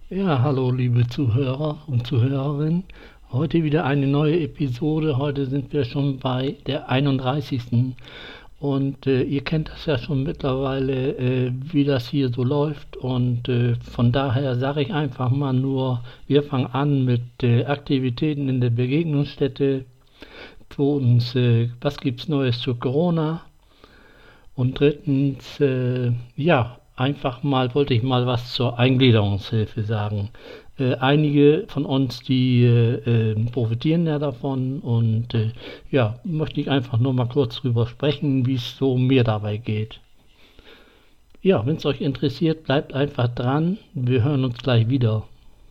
Ja, hallo liebe Zuhörer und Zuhörerinnen. Heute wieder eine neue Episode. Heute sind wir schon bei der 31. Und ihr kennt das ja schon mittlerweile, wie das hier so läuft. Und von daher sage ich einfach mal nur, wir fangen an mit Aktivitäten in der Begegnungsstätte. Zweitens, was gibt's Neues zu Corona? Und drittens, einfach mal wollte ich mal was zur Eingliederungshilfe sagen. Einige von uns, die profitieren ja davon und möchte ich einfach nur mal kurz drüber sprechen, wie es so mir dabei geht. Ja, wenn es euch interessiert, bleibt einfach dran. Wir hören uns gleich wieder.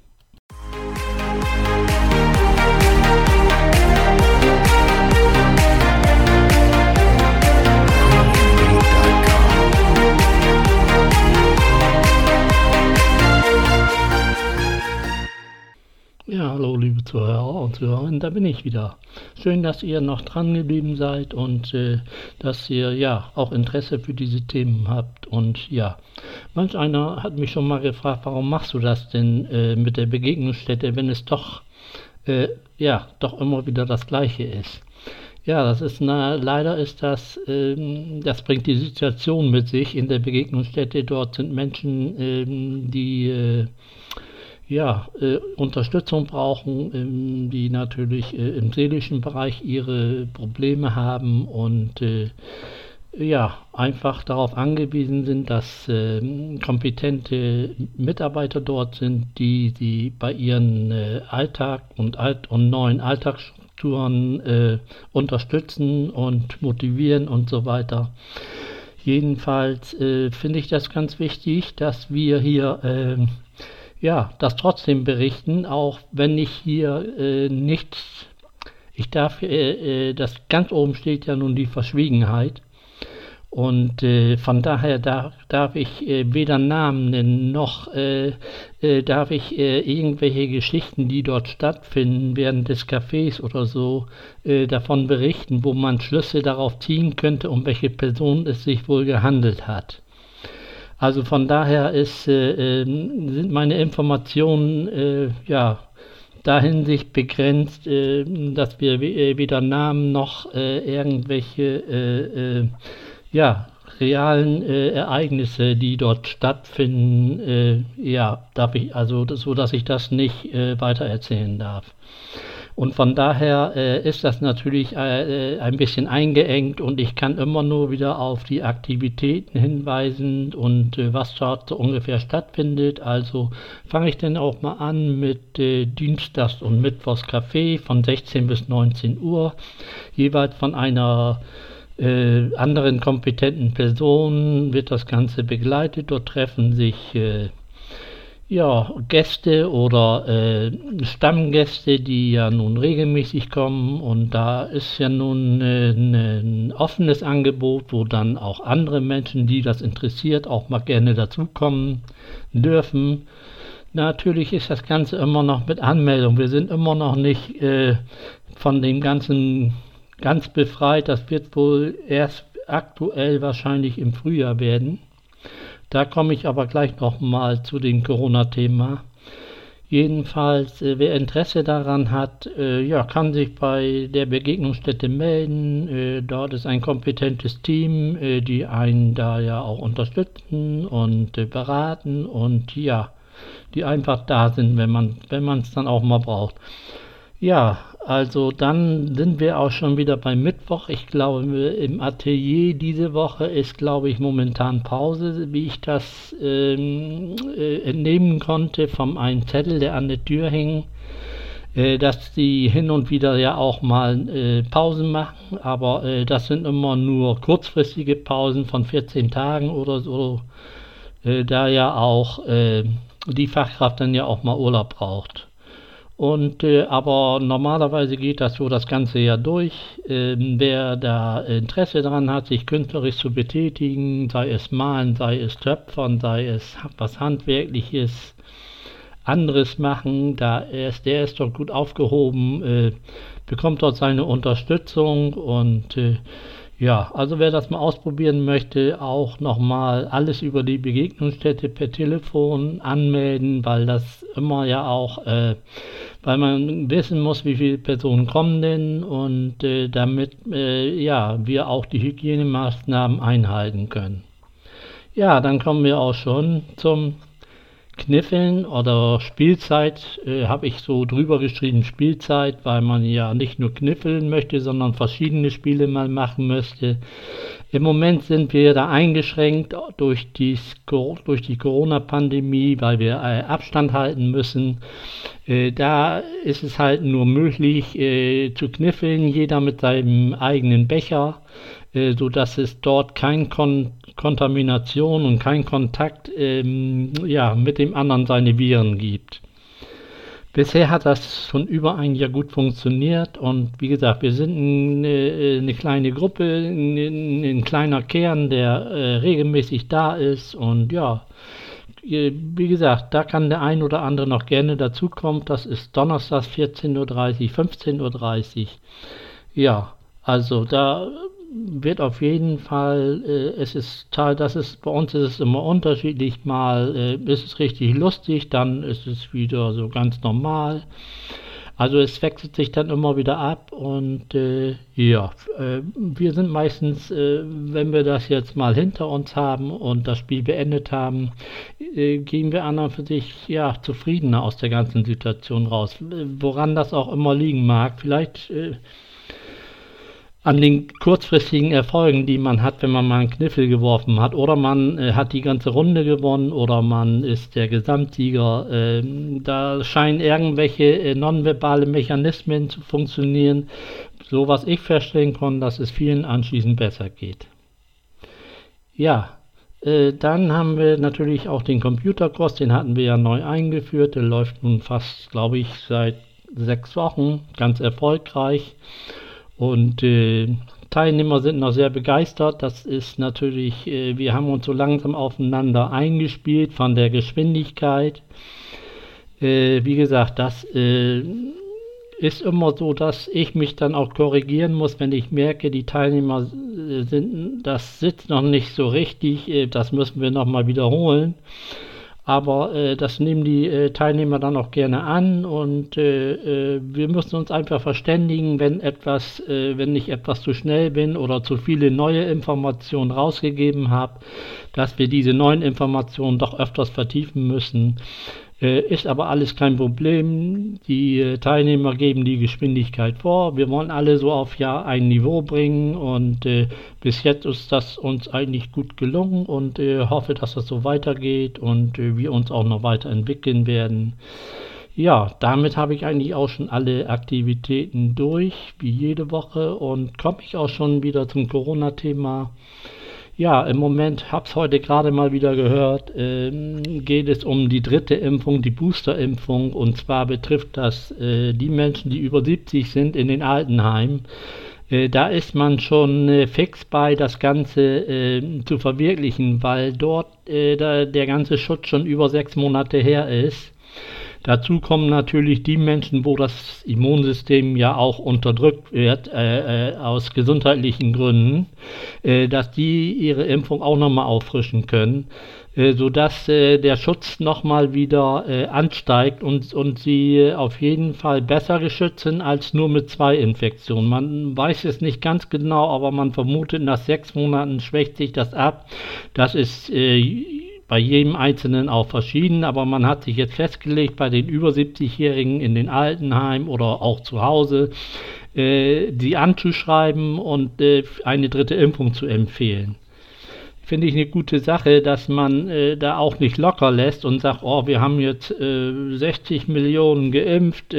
Ja, hallo liebe Zuhörer und Zuhörerinnen, da bin ich wieder. Schön, dass ihr noch dran geblieben seid und dass ihr ja auch Interesse für diese Themen habt. Und ja, manch einer hat mich schon mal gefragt, warum machst du das denn mit der Begegnungsstätte, wenn es doch doch immer wieder das Gleiche ist. Ja, das ist leider ist das, das bringt die Situation mit sich in der Begegnungsstätte. Dort sind Menschen, die Unterstützung brauchen, die natürlich im seelischen Bereich ihre Probleme haben und einfach darauf angewiesen sind, dass kompetente Mitarbeiter dort sind, die sie bei ihren Alltag und neuen Alltagsstrukturen unterstützen und motivieren und so weiter. Jedenfalls finde ich das ganz wichtig, dass wir hier das trotzdem berichten, auch wenn ich hier nichts, das ganz oben steht ja nun die Verschwiegenheit und von daher darf ich weder Namen nennen, noch darf ich irgendwelche Geschichten, die dort stattfinden, während des Cafés oder so, davon berichten, wo man Schlüsse darauf ziehen könnte, um welche Person es sich wohl gehandelt hat. Also von daher sind meine Informationen dahinsicht begrenzt, dass wir weder Namen noch irgendwelche realen Ereignisse, die dort stattfinden, darf ich also so, dass ich das nicht weiter erzählen darf. Und von daher ist das natürlich ein bisschen eingeengt und ich kann immer nur wieder auf die Aktivitäten hinweisen und was dort so ungefähr stattfindet. Also fange ich dann auch mal an mit Dienstags- und Mittwochs-Café von 16 bis 19 Uhr, jeweils von einer anderen kompetenten Person wird das Ganze begleitet. Dort treffen sich Gäste oder Stammgäste, die ja nun regelmäßig kommen und da ist ja nun ein offenes Angebot, wo dann auch andere Menschen, die das interessiert, auch mal gerne dazukommen dürfen. Natürlich ist das Ganze immer noch mit Anmeldung. Wir sind immer noch nicht von dem Ganzen ganz befreit. Das wird wohl erst aktuell wahrscheinlich im Frühjahr werden. Da komme ich aber gleich nochmal zu dem Corona-Thema. Jedenfalls, wer Interesse daran hat, kann sich bei der Begegnungsstätte melden. Dort ist ein kompetentes Team, die einen da ja auch unterstützen und beraten und die einfach da sind, wenn man es dann auch mal braucht. Ja, also dann sind wir auch schon wieder beim Mittwoch. Ich glaube, im Atelier diese Woche ist, glaube ich, momentan Pause, wie ich das entnehmen konnte von einem Zettel, der an der Tür hing, dass die hin und wieder ja auch mal Pausen machen, aber das sind immer nur kurzfristige Pausen von 14 Tagen oder so, da ja auch die Fachkraft dann ja auch mal Urlaub braucht. Und aber normalerweise geht das so das ganze Jahr durch. Wer da Interesse daran hat, sich künstlerisch zu betätigen, sei es Malen, sei es Töpfern, sei es was Handwerkliches, anderes machen, der ist dort gut aufgehoben, bekommt dort seine Unterstützung und Ja, also wer das mal ausprobieren möchte, auch nochmal alles über die Begegnungsstätte per Telefon anmelden, weil das immer ja auch, weil man wissen muss, wie viele Personen kommen denn und damit ja, wir auch die Hygienemaßnahmen einhalten können. Ja, dann kommen wir auch schon zum Kniffeln oder Spielzeit, habe ich so drüber geschrieben Spielzeit, weil man ja nicht nur kniffeln möchte, sondern verschiedene Spiele mal machen möchte. Im Moment sind wir da eingeschränkt durch die Corona-Pandemie, weil wir Abstand halten müssen. Da ist es halt nur möglich zu kniffeln, jeder mit seinem eigenen Becher, sodass es dort keine Kontamination und kein Kontakt ja, mit dem anderen seine Viren gibt. Bisher hat das schon über ein Jahr gut funktioniert und wie gesagt, wir sind eine kleine Gruppe, ein kleiner Kern, der regelmäßig da ist und ja, wie gesagt, da kann der ein oder andere noch gerne dazukommen. Das ist donnerstags 14:30 Uhr, 15:30 Uhr. Ja, also da wird auf jeden Fall, es ist Teil, bei uns ist es immer unterschiedlich, mal ist es richtig lustig, dann ist es wieder so ganz normal. Also es wechselt sich dann immer wieder ab und ja, wir sind meistens, wenn wir das jetzt mal hinter uns haben und das Spiel beendet haben, gehen wir an und für sich ja zufriedener aus der ganzen Situation raus. Woran das auch immer liegen mag, vielleicht an den kurzfristigen Erfolgen, die man hat, wenn man mal einen Kniffel geworfen hat, oder man hat die ganze Runde gewonnen, oder man ist der Gesamtsieger. Da scheinen irgendwelche nonverbale Mechanismen zu funktionieren, so was ich feststellen konnte, dass es vielen anschließend besser geht. Ja, dann haben wir natürlich auch den Computerkurs, den hatten wir ja neu eingeführt, der läuft nun fast, glaube ich, seit 6 Wochen, ganz erfolgreich. Und Teilnehmer sind noch sehr begeistert. Das ist natürlich, wir haben uns so langsam aufeinander eingespielt von der Geschwindigkeit. Wie gesagt, das ist immer so, dass ich mich dann auch korrigieren muss, wenn ich merke, die Teilnehmer das sitzt noch nicht so richtig, das müssen wir nochmal wiederholen. Aber das nehmen die Teilnehmer dann auch gerne an und wir müssen uns einfach verständigen, wenn ich etwas zu schnell bin oder zu viele neue Informationen rausgegeben habe, dass wir diese neuen Informationen doch öfters vertiefen müssen. Ist aber alles kein Problem. Die Teilnehmer geben die Geschwindigkeit vor. Wir wollen alle so auf ein Niveau bringen und bis jetzt ist das uns eigentlich gut gelungen und hoffe, dass das so weitergeht und wir uns auch noch weiterentwickeln werden. Ja, damit habe ich eigentlich auch schon alle Aktivitäten durch, wie jede Woche und komme ich auch schon wieder zum Corona-Thema. Ja, im Moment, habe es heute gerade mal wieder gehört, geht es um die 3. Impfung, die Boosterimpfung. Und zwar betrifft das die Menschen, die über 70 sind in den Altenheimen. Da ist man schon fix bei, das Ganze zu verwirklichen, weil dort der ganze Schutz schon über 6 Monate her ist. Dazu kommen natürlich die Menschen, wo das Immunsystem ja auch unterdrückt wird, aus gesundheitlichen Gründen, dass die ihre Impfung auch nochmal auffrischen können, sodass der Schutz nochmal wieder ansteigt und sie auf jeden Fall besser geschützt sind als nur mit 2 Infektionen. Man weiß es nicht ganz genau, aber man vermutet, nach 6 Monaten schwächt sich das ab. Das ist bei jedem Einzelnen auch verschieden, aber man hat sich jetzt festgelegt, bei den über 70-Jährigen in den Altenheimen oder auch zu Hause, sie anzuschreiben und eine 3. Impfung zu empfehlen. Finde ich eine gute Sache, dass man da auch nicht locker lässt und sagt, oh, wir haben jetzt 60 Millionen geimpft,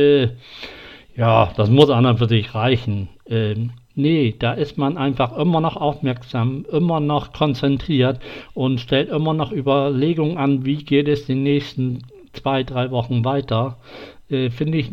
ja, das muss an und für sich reichen. Nee, da ist man einfach immer noch aufmerksam, immer noch konzentriert und stellt immer noch Überlegungen an, wie geht es die nächsten 2-3 Wochen weiter. Finde ich,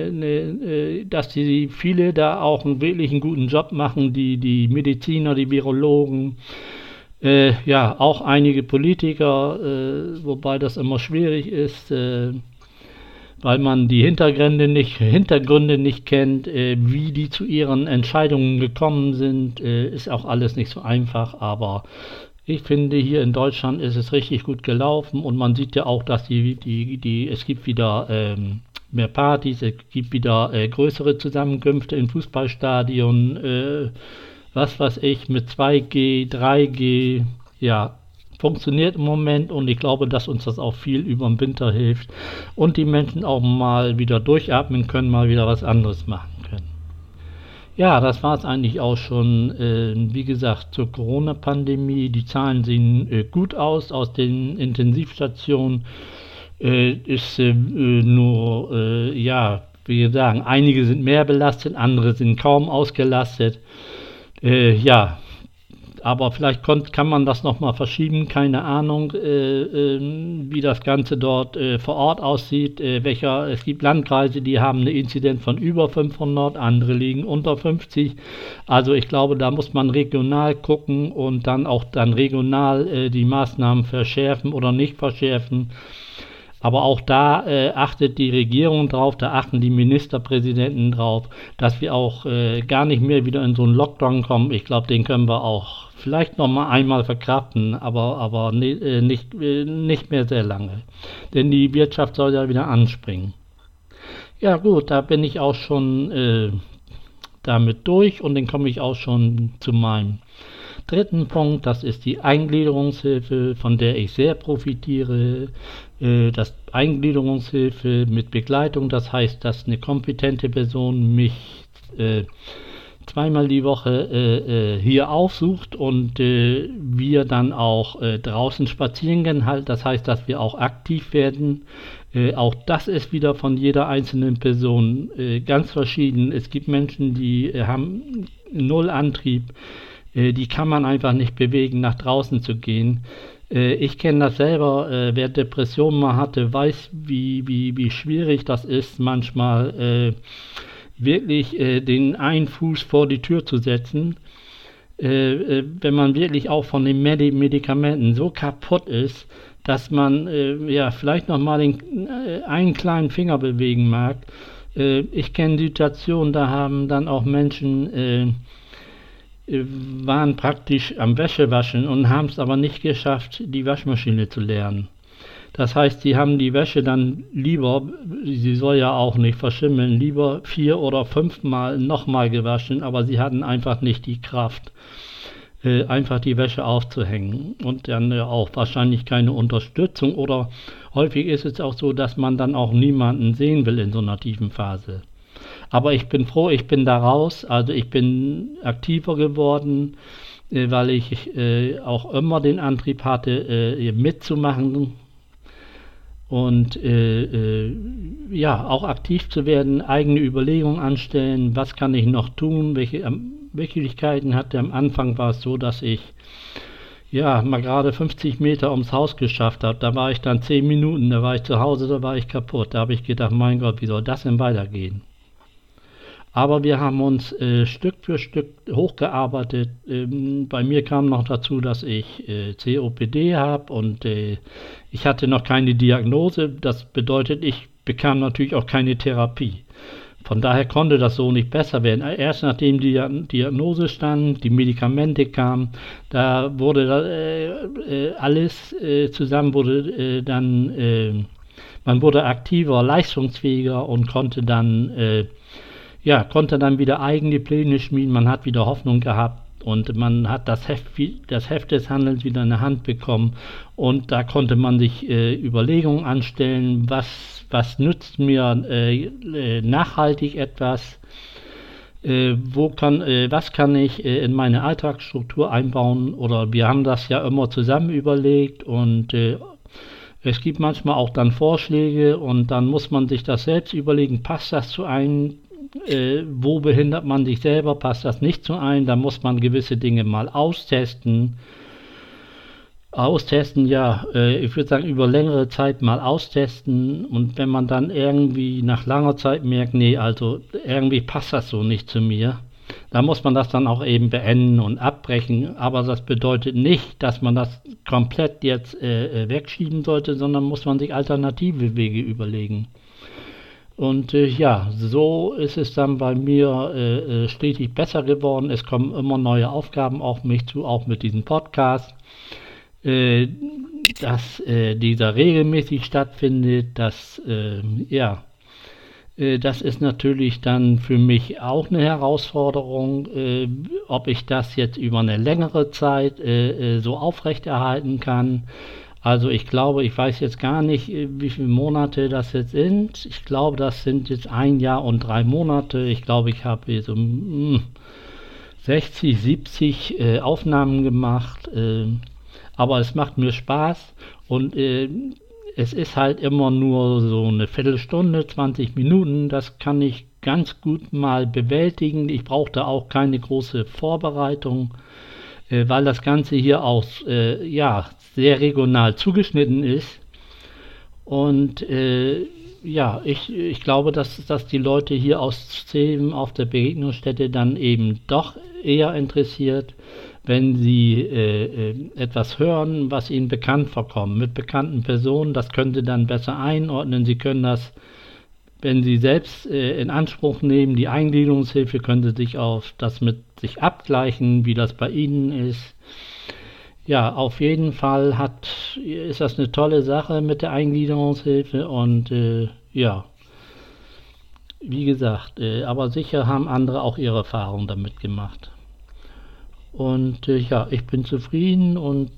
dass die viele da auch wirklich einen guten Job machen, die Mediziner, die Virologen, ja, auch einige Politiker, wobei das immer schwierig ist, weil man die Hintergründe nicht kennt, wie die zu ihren Entscheidungen gekommen sind, ist auch alles nicht so einfach, aber ich finde, hier in Deutschland ist es richtig gut gelaufen und man sieht ja auch, dass es gibt wieder mehr Partys, es gibt wieder größere Zusammenkünfte in Fußballstadien, was weiß ich, mit 2G, 3G, ja, funktioniert im Moment und ich glaube, dass uns das auch viel über den Winter hilft und die Menschen auch mal wieder durchatmen können, mal wieder was anderes machen können. Ja, das war es eigentlich auch schon. Wie gesagt, zur Corona-Pandemie. Die Zahlen sehen gut aus den Intensivstationen. Ist nur, ja, wie gesagt, einige sind mehr belastet, andere sind kaum ausgelastet. Ja, aber vielleicht kann man das nochmal verschieben, keine Ahnung, wie das Ganze dort vor Ort aussieht. Es gibt Landkreise, die haben eine Inzidenz von über 500, andere liegen unter 50. Also ich glaube, da muss man regional gucken und dann auch regional die Maßnahmen verschärfen oder nicht verschärfen. Aber auch da achtet die Regierung drauf, da achten die Ministerpräsidenten drauf, dass wir auch gar nicht mehr wieder in so einen Lockdown kommen. Ich glaube, den können wir auch vielleicht noch mal einmal verkraften, aber nicht mehr sehr lange. Denn die Wirtschaft soll ja wieder anspringen. Ja gut, da bin ich auch schon damit durch und dann komme ich auch schon zu meinem dritten Punkt, das ist die Eingliederungshilfe, von der ich sehr profitiere. Das Eingliederungshilfe mit Begleitung, das heißt, dass eine kompetente Person mich zweimal die Woche hier aufsucht und wir dann auch draußen spazieren gehen, halt. Das heißt, dass wir auch aktiv werden. Auch das ist wieder von jeder einzelnen Person ganz verschieden. Es gibt Menschen, die haben null Antrieb. Die kann man einfach nicht bewegen, nach draußen zu gehen. Ich kenne das selber, wer Depressionen mal hatte, weiß, wie schwierig das ist, manchmal wirklich den einen Fuß vor die Tür zu setzen. Wenn man wirklich auch von den Medikamenten so kaputt ist, dass man ja vielleicht nochmal einen kleinen Finger bewegen mag. Ich kenne Situationen, da haben dann auch Menschen waren praktisch am Wäschewaschen und haben es aber nicht geschafft, die Waschmaschine zu leeren. Das heißt, sie haben die Wäsche dann lieber, sie soll ja auch nicht verschimmeln, lieber 4 oder 5 Mal nochmal gewaschen, aber sie hatten einfach nicht die Kraft, einfach die Wäsche aufzuhängen und dann auch wahrscheinlich keine Unterstützung oder häufig ist es auch so, dass man dann auch niemanden sehen will in so einer tiefen Phase. Aber ich bin froh, ich bin da raus, also ich bin aktiver geworden, weil ich auch immer den Antrieb hatte, mitzumachen und ja, auch aktiv zu werden, eigene Überlegungen anstellen, was kann ich noch tun, welche Möglichkeiten hatte. Am Anfang war es so, dass ich ja mal gerade 50 Meter ums Haus geschafft habe, da war ich dann 10 Minuten, da war ich zu Hause, da war ich kaputt, da habe ich gedacht, mein Gott, wie soll das denn weitergehen? Aber wir haben uns Stück für Stück hochgearbeitet. Bei mir kam noch dazu, dass ich COPD habe und ich hatte noch keine Diagnose. Das bedeutet, ich bekam natürlich auch keine Therapie. Von daher konnte das so nicht besser werden. Erst nachdem die Diagnose stand, die Medikamente kamen, da wurde alles zusammen, man wurde aktiver, leistungsfähiger und konnte dann wieder eigene Pläne schmieden, man hat wieder Hoffnung gehabt und man hat das Heft des Handelns wieder in der Hand bekommen und da konnte man sich Überlegungen anstellen, was nützt mir nachhaltig etwas, was kann ich in meine Alltagsstruktur einbauen oder wir haben das ja immer zusammen überlegt und es gibt manchmal auch dann Vorschläge und dann muss man sich das selbst überlegen, passt das zu einem, wo behindert man sich selber, passt das nicht zu einem, da muss man gewisse Dinge mal austesten, ich würde sagen über längere Zeit mal austesten und wenn man dann irgendwie nach langer Zeit merkt, nee, also irgendwie passt das so nicht zu mir, da muss man das dann auch eben beenden und abbrechen, aber das bedeutet nicht, dass man das komplett jetzt wegschieben sollte, sondern muss man sich alternative Wege überlegen. Und ja, so ist es dann bei mir stetig besser geworden. Es kommen immer neue Aufgaben auf mich zu, auch mit diesem Podcast, äh, dass dieser regelmäßig stattfindet. Das ist natürlich dann für mich auch eine Herausforderung, ob ich das jetzt über eine längere Zeit so aufrechterhalten kann. Also ich glaube, ich weiß jetzt gar nicht, wie viele Monate das jetzt sind. Ich glaube, das sind jetzt 1 Jahr und 3 Monate. Ich glaube, ich habe hier so 60, 70 Aufnahmen gemacht. Aber es macht mir Spaß und es ist halt immer nur so eine Viertelstunde, 20 Minuten. Das kann ich ganz gut mal bewältigen. Ich brauchte auch keine große Vorbereitung, weil das Ganze hier auch sehr regional zugeschnitten ist. Und ich glaube, dass die Leute hier aus Zeven auf der Begegnungsstätte dann eben doch eher interessiert, wenn sie etwas hören, was ihnen bekannt vorkommt, mit bekannten Personen. Das können sie dann besser einordnen. Sie können das, wenn sie selbst in Anspruch nehmen, die Eingliederungshilfe, können sie sich auf das mit sich abgleichen, wie das bei ihnen ist. Ja, auf jeden Fall ist das eine tolle Sache mit der Eingliederungshilfe und wie gesagt, aber sicher haben andere auch ihre Erfahrungen damit gemacht. Und ich bin zufrieden und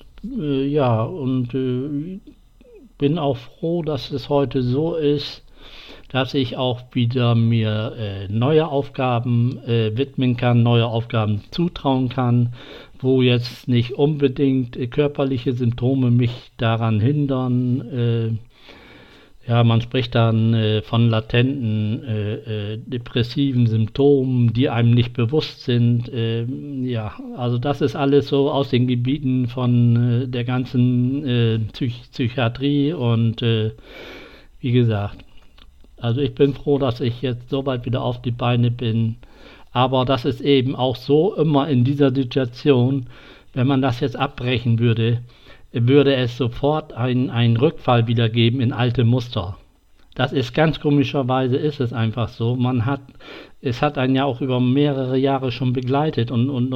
bin auch froh, dass es heute so ist, dass ich auch wieder mir neue Aufgaben widmen kann, neue Aufgaben zutrauen kann, wo jetzt nicht unbedingt körperliche Symptome mich daran hindern. Man spricht dann von latenten depressiven Symptomen, die einem nicht bewusst sind. Also das ist alles so aus den Gebieten von der ganzen Psychiatrie und wie gesagt, also ich bin froh, dass ich jetzt so weit wieder auf die Beine bin. Aber das ist eben auch so immer in dieser Situation, wenn man das jetzt abbrechen würde, würde es sofort einen Rückfall wieder geben in alte Muster. Das ist ganz komischerweise ist es einfach so. Es hat einen ja auch über mehrere Jahre schon begleitet und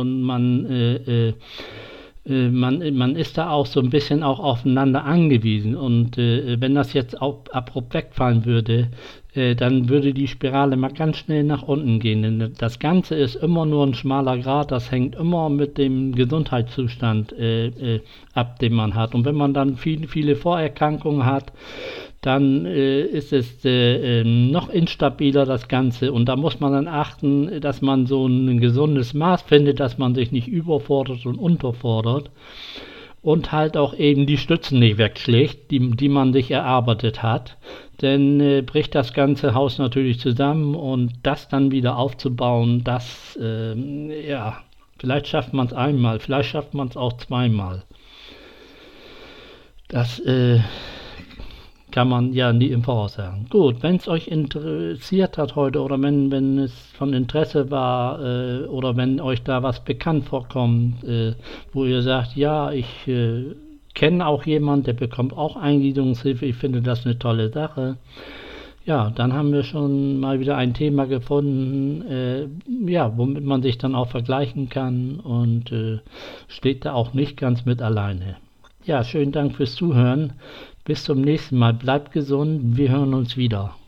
man ist da auch so ein bisschen auch aufeinander angewiesen und wenn das jetzt auch abrupt wegfallen würde, dann würde die Spirale mal ganz schnell nach unten gehen. Denn das Ganze ist immer nur ein schmaler Grat, das hängt immer mit dem Gesundheitszustand ab, den man hat. Und wenn man dann viele Vorerkrankungen hat, dann ist es noch instabiler, das Ganze. Und da muss man dann achten, dass man so ein gesundes Maß findet, dass man sich nicht überfordert und unterfordert. Und halt auch eben die Stützen nicht wegschlägt, die man sich erarbeitet hat. Denn bricht das ganze Haus natürlich zusammen und das dann wieder aufzubauen, vielleicht schafft man es einmal, vielleicht schafft man es auch zweimal. Das kann man ja nie im Voraus sagen. Gut, wenn es euch interessiert hat heute oder wenn es von Interesse war oder wenn euch da was bekannt vorkommt, wo ihr sagt, ja, ich kenne auch jemanden, der bekommt auch Eingliederungshilfe, ich finde das eine tolle Sache. Ja, dann haben wir schon mal wieder ein Thema gefunden, womit man sich dann auch vergleichen kann und steht da auch nicht ganz mit alleine. Ja, schönen Dank fürs Zuhören. Bis zum nächsten Mal. Bleibt gesund. Wir hören uns wieder.